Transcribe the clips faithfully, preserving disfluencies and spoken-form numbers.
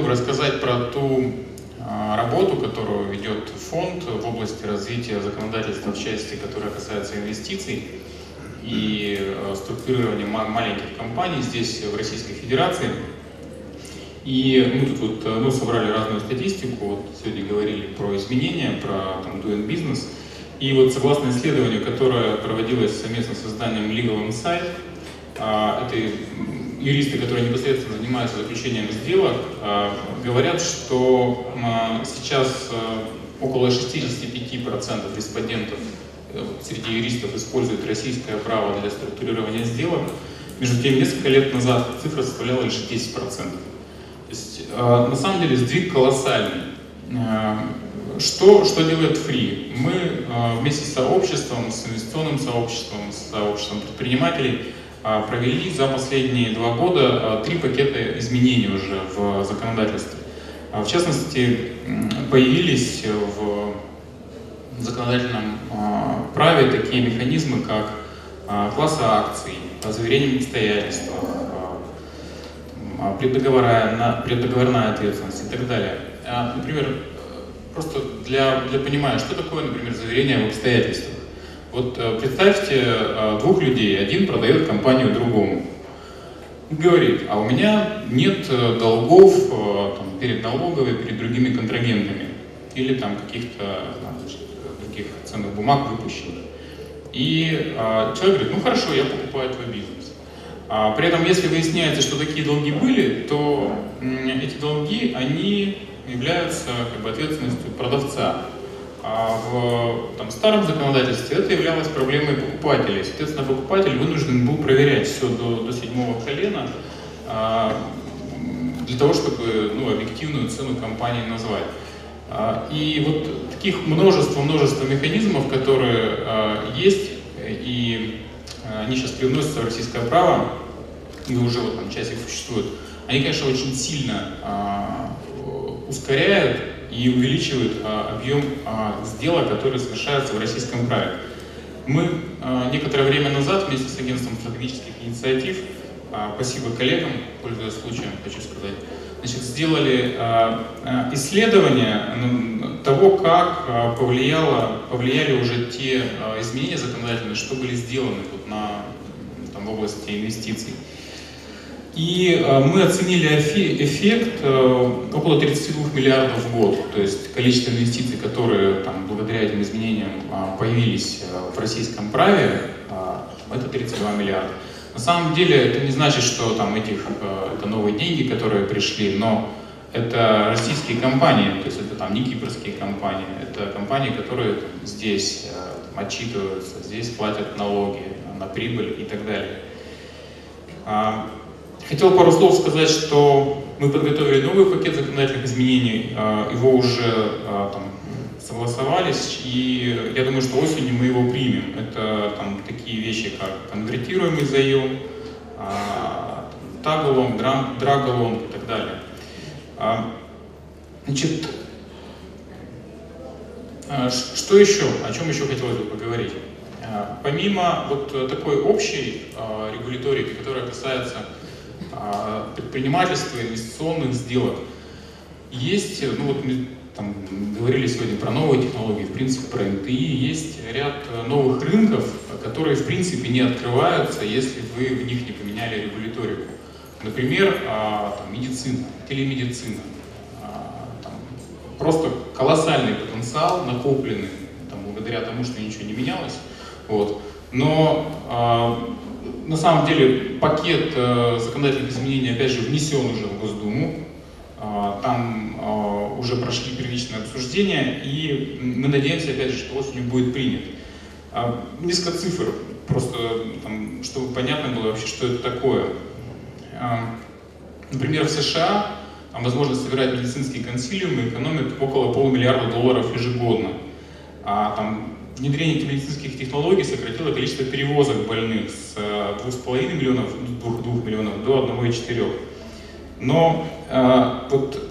бы рассказать про ту работу, которую ведет фонд в области развития законодательства в части, которая касается инвестиций и структурирования маленьких компаний здесь, в Российской Федерации. И мы тут вот, ну, собрали разную статистику, вот сегодня говорили про изменения, про там, Doing Business. И вот согласно исследованию, которое проводилось совместно с изданием Legal Insight, это юристы, которые непосредственно занимаются заключением сделок, говорят, что сейчас около шестьдесят пять процентов респондентов среди юристов используют российское право для структурирования сделок. Между тем, несколько лет назад цифра составляла лишь десять процентов. То есть, на самом деле, сдвиг колоссальный. Что, что делает Free? Мы вместе с сообществом, с инвестиционным сообществом, с сообществом предпринимателей провели за последние два года три пакета изменений уже в законодательстве. В частности, появились в законодательном праве такие механизмы, как классы акций, заверение в обстоятельствах, преддоговорная, преддоговорная ответственность и так далее. Например, просто для, для понимания, что такое, например, заверение в обстоятельствах. Вот представьте двух людей, один продает компанию другому. Говорит, а у меня нет долгов там, перед налоговой, перед другими контрагентами или там каких-то других ценных бумаг выпущенных. И а, человек говорит, ну хорошо, я покупаю твой бизнес. А, при этом, если выясняется, что такие долги были, то м, эти долги, они являются как бы, ответственностью продавца. А в там, старом законодательстве это являлось проблемой покупателей. Соответственно, покупатель вынужден был проверять все до, до седьмого колена а, для того, чтобы ну, объективную цену компании назвать. А, и вот таких множество-множество механизмов, которые а, есть, и а, они сейчас привносятся в российское право, и уже вот там часть их существует, они, конечно, очень сильно а, ускоряют и увеличивают а, объем а, сделок, которые совершаются в российском праве. Мы а, некоторое время назад вместе с агентством стратегических инициатив, а, спасибо коллегам, пользуясь случаем, хочу сказать, значит, сделали а, а, исследование того, как а, повлияло, повлияли уже те а, изменения законодательные, что были сделаны вот, на, там, в области инвестиций. И э, мы оценили эффект э, около тридцати двух миллиардов в год, то есть количество инвестиций, которые там, благодаря этим изменениям э, появились э, в российском праве, э, это тридцать два миллиарда. На самом деле это не значит, что там, этих, э, это новые деньги, которые пришли, но это российские компании, то есть это там, не кипрские компании, это компании, которые там, здесь э, там, отчитываются, здесь платят налоги на прибыль и так далее. Хотел пару слов сказать, что мы подготовили новый пакет законодательных изменений, его уже там, согласовались, и я думаю, что осенью мы его примем. Это там, такие вещи, как конвертируемый заем, таголонг, драголонг и так далее. Значит, что еще, о чем еще хотелось бы поговорить? Помимо вот такой общей регуляторики, которая касается предпринимательства, инвестиционных сделок, есть, ну вот мы там, говорили сегодня про новые технологии, в принципе про эн тэ и, есть ряд новых рынков, которые в принципе не открываются, если вы в них не поменяли регуляторику. Например, там, медицина, телемедицина. Там, просто колоссальный потенциал, накопленный там, благодаря тому, что ничего не менялось. Вот. Но на самом деле пакет э, законодательных изменений, опять же, внесен уже в Госдуму. Э, там э, уже прошли первичные обсуждения, и мы надеемся, опять же, что осенью будет принят. Э, несколько цифр, просто там, чтобы понятно было вообще, что это такое. Э, например, в США там, возможность собирать медицинские консилиумы экономит около полумиллиарда долларов ежегодно. А, там, внедрение медицинских технологий сократило количество перевозок больных с двух с половиной миллионов, двух миллионов до одного и четырёх. Но э, вот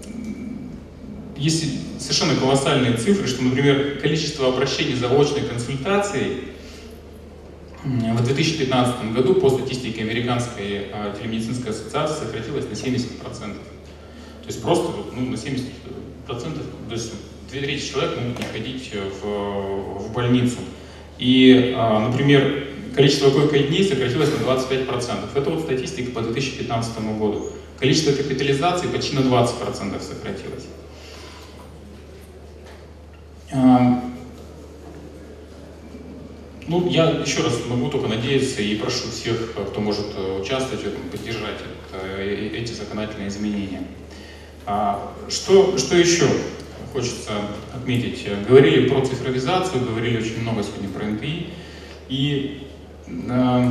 есть совершенно колоссальные цифры, что, например, количество обращений за очной консультацией в две тысячи пятнадцатом году по статистике Американской э, телемедицинской ассоциации сократилось на семьдесят процентов. То есть просто ну, на семьдесят процентов, то есть две трети человек могут не ходить в, в больницу. И, например, количество койко дней сократилось на двадцать пять процентов. Это вот статистика по две тысячи пятнадцатому году. Количество госпитализаций почти на двадцать процентов сократилось. Ну, я еще раз могу только надеяться и прошу всех, кто может участвовать в этом, поддержать это, эти законодательные изменения. Что, что еще хочется отметить? Говорили про цифровизацию, говорили очень много сегодня про эн тэ и. И э,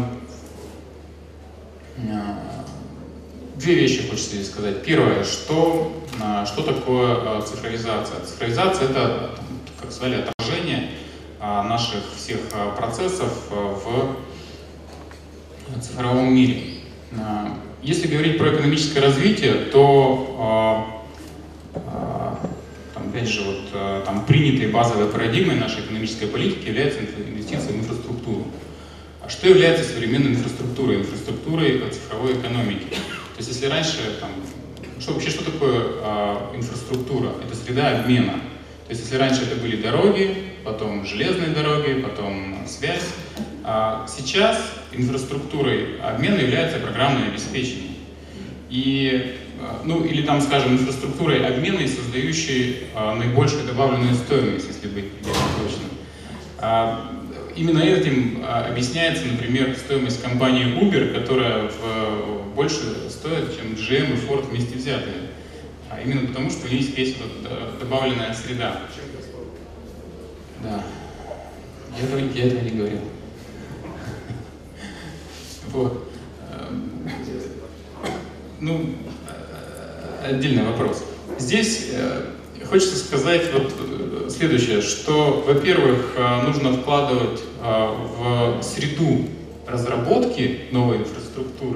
э, две вещи хочется здесь сказать. Первое, что, э, что такое цифровизация? Цифровизация — это, как сказали, отражение наших всех процессов в цифровом мире. Если говорить про экономическое развитие, то там, опять же, вот, там, принятой базовой парадигмой нашей экономической политики является инвестиция в инфраструктуру. А что является современной инфраструктурой? Инфраструктурой цифровой экономики. То есть если раньше, там, что, вообще что такое инфраструктура? Это среда обмена. То есть если раньше это были дороги, потом железные дороги, потом связь, а сейчас инфраструктурой обмена является программное обеспечение. И, ну, или там, скажем, инфраструктурой обмена, создающей а, наибольшую добавленную стоимость, если быть точным. А, именно этим а, объясняется, например, стоимость компании Uber, которая в, больше стоит, чем джи эм и Ford вместе взятые. А именно потому, что у них есть вот добавленная среда. Да. Я этого, я этого не говорил. Вот. Ну, отдельный вопрос. Здесь хочется сказать вот следующее, что, во-первых, нужно вкладывать в среду разработки новой инфраструктуры,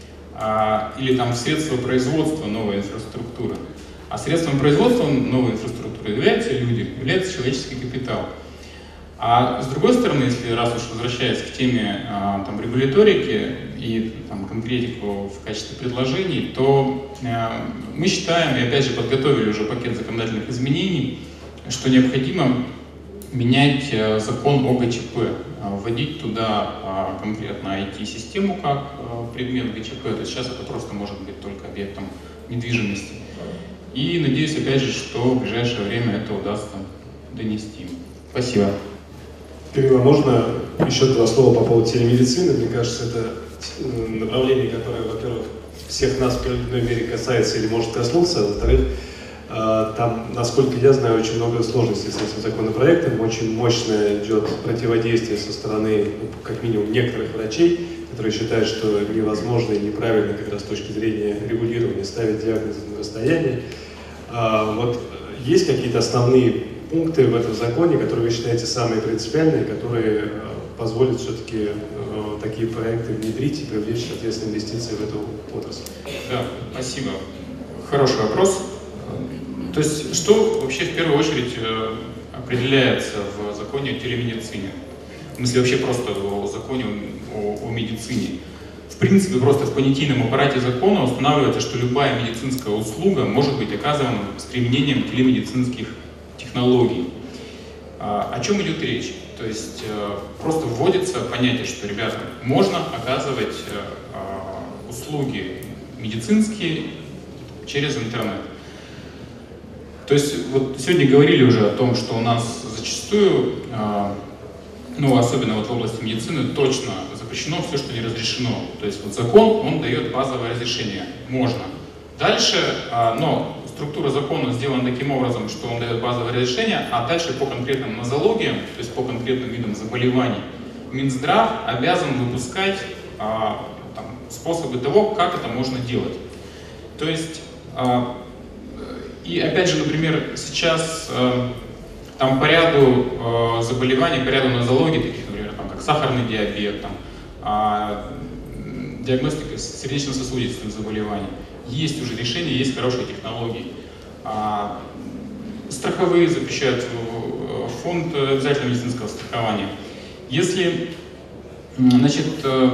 или там в средства производства новой инфраструктуры. А средством производства новой инфраструктуры являются люди, является человеческий капитал. А с другой стороны, если раз уж возвращаясь к теме а, там, регуляторики и там, конкретику в качестве предложений, то а, мы считаем, и опять же подготовили уже пакет законодательных изменений, что необходимо менять а, закон о гэ че пэ, а, вводить туда а, конкретно ай ти-систему как а, предмет гэ че пэ, то есть сейчас это просто может быть только объектом недвижимости. И надеюсь, опять же, что в ближайшее время это удастся донести. Спасибо. Кирилл, а можно еще два слова по поводу телемедицины? Мне кажется, это направление, которое, во-первых, всех нас в той или иной мере касается или может коснуться, а во-вторых, там, насколько я знаю, очень много сложностей с этим законопроектом, очень мощное идет противодействие со стороны, ну, как минимум, некоторых врачей, которые считают, что невозможно и неправильно как раз с точки зрения регулирования ставить диагнозы на расстоянии. А, вот есть какие-то основные пункты в этом законе, которые вы считаете самые принципиальные, которые позволят все-таки э, такие проекты внедрить и привлечь, соответственно, инвестиции в эту отрасль? Да, спасибо. Хороший вопрос. То есть, что вообще в первую очередь определяется в законе о телемедицине? В смысле, вообще просто в законе о, о медицине. В принципе, просто в понятийном аппарате закона устанавливается, что любая медицинская услуга может быть оказана с применением телемедицинских технологий. О чем идет речь? То есть просто вводится понятие, что, ребята, можно оказывать услуги медицинские через интернет. То есть вот сегодня говорили уже о том, что у нас зачастую, ну особенно вот в области медицины, точно запрещено все, что не разрешено. То есть вот закон, он дает базовое разрешение. Можно. Дальше, но структура закона сделана таким образом, что он дает базовое разрешение, а дальше по конкретным нозологиям, то есть по конкретным видам заболеваний, Минздрав обязан выпускать а, там, способы того, как это можно делать. То есть, а, и опять же, например, сейчас а, там по ряду а, заболеваний, по ряду нозологий, таких, например, там, как сахарный диабет, там, а, диагностика сердечно-сосудистых заболеваний, есть уже решения, есть хорошие технологии. А, страховые запрещают фонд обязательного медицинского страхования. Если, значит,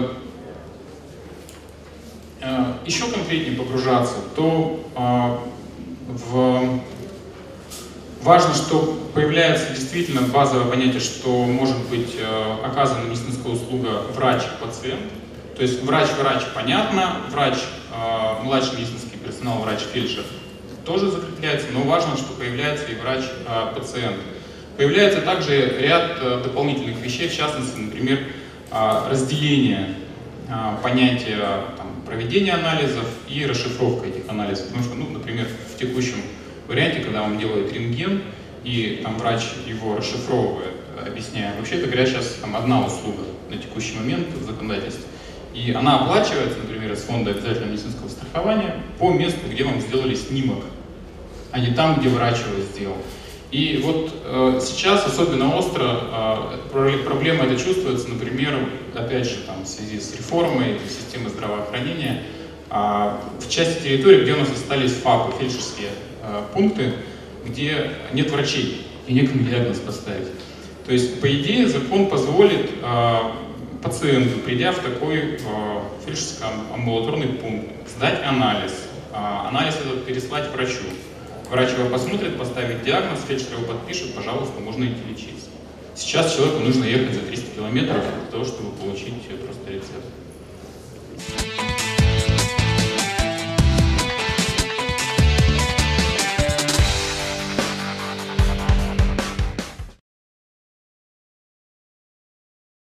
еще конкретнее погружаться, то в... Важно, что появляется действительно базовое понятие, что может быть э, оказана медицинская услуга врач-пациент. То есть врач-врач понятно, врач, э, младший медицинский персонал, врач-фельдшер тоже закрепляется, но важно, что появляется и врач-пациент. Появляется также ряд э, дополнительных вещей, в частности, например, э, разделение э, понятия там, проведения анализов и расшифровка этих анализов. Потому что, ну, например, в текущем варианте, когда он делает рентген, и там врач его расшифровывает, объясняя. Вообще-то говоря, сейчас там одна услуга на текущий момент в законодательстве. И она оплачивается, например, из фонда обязательного медицинского страхования по месту, где вам сделали снимок, а не там, где врач его сделал. И вот э, сейчас особенно остро э, проблема эта чувствуется, например, опять же, там, в связи с реформой системы здравоохранения, э, в части территории, где у нас остались ФАПы, фельдшерские э, пункты, где нет врачей и некому диагноз поставить. То есть, по идее, закон позволит э, пациенту, придя в такой э, фельдшерско-амбулаторный пункт, сдать анализ, э, анализ этот переслать врачу. Врач его посмотрит, поставит диагноз, фельдшер его подпишет, пожалуйста, можно идти лечиться. Сейчас человеку нужно ехать за триста километров для того, чтобы получить просто рецепт.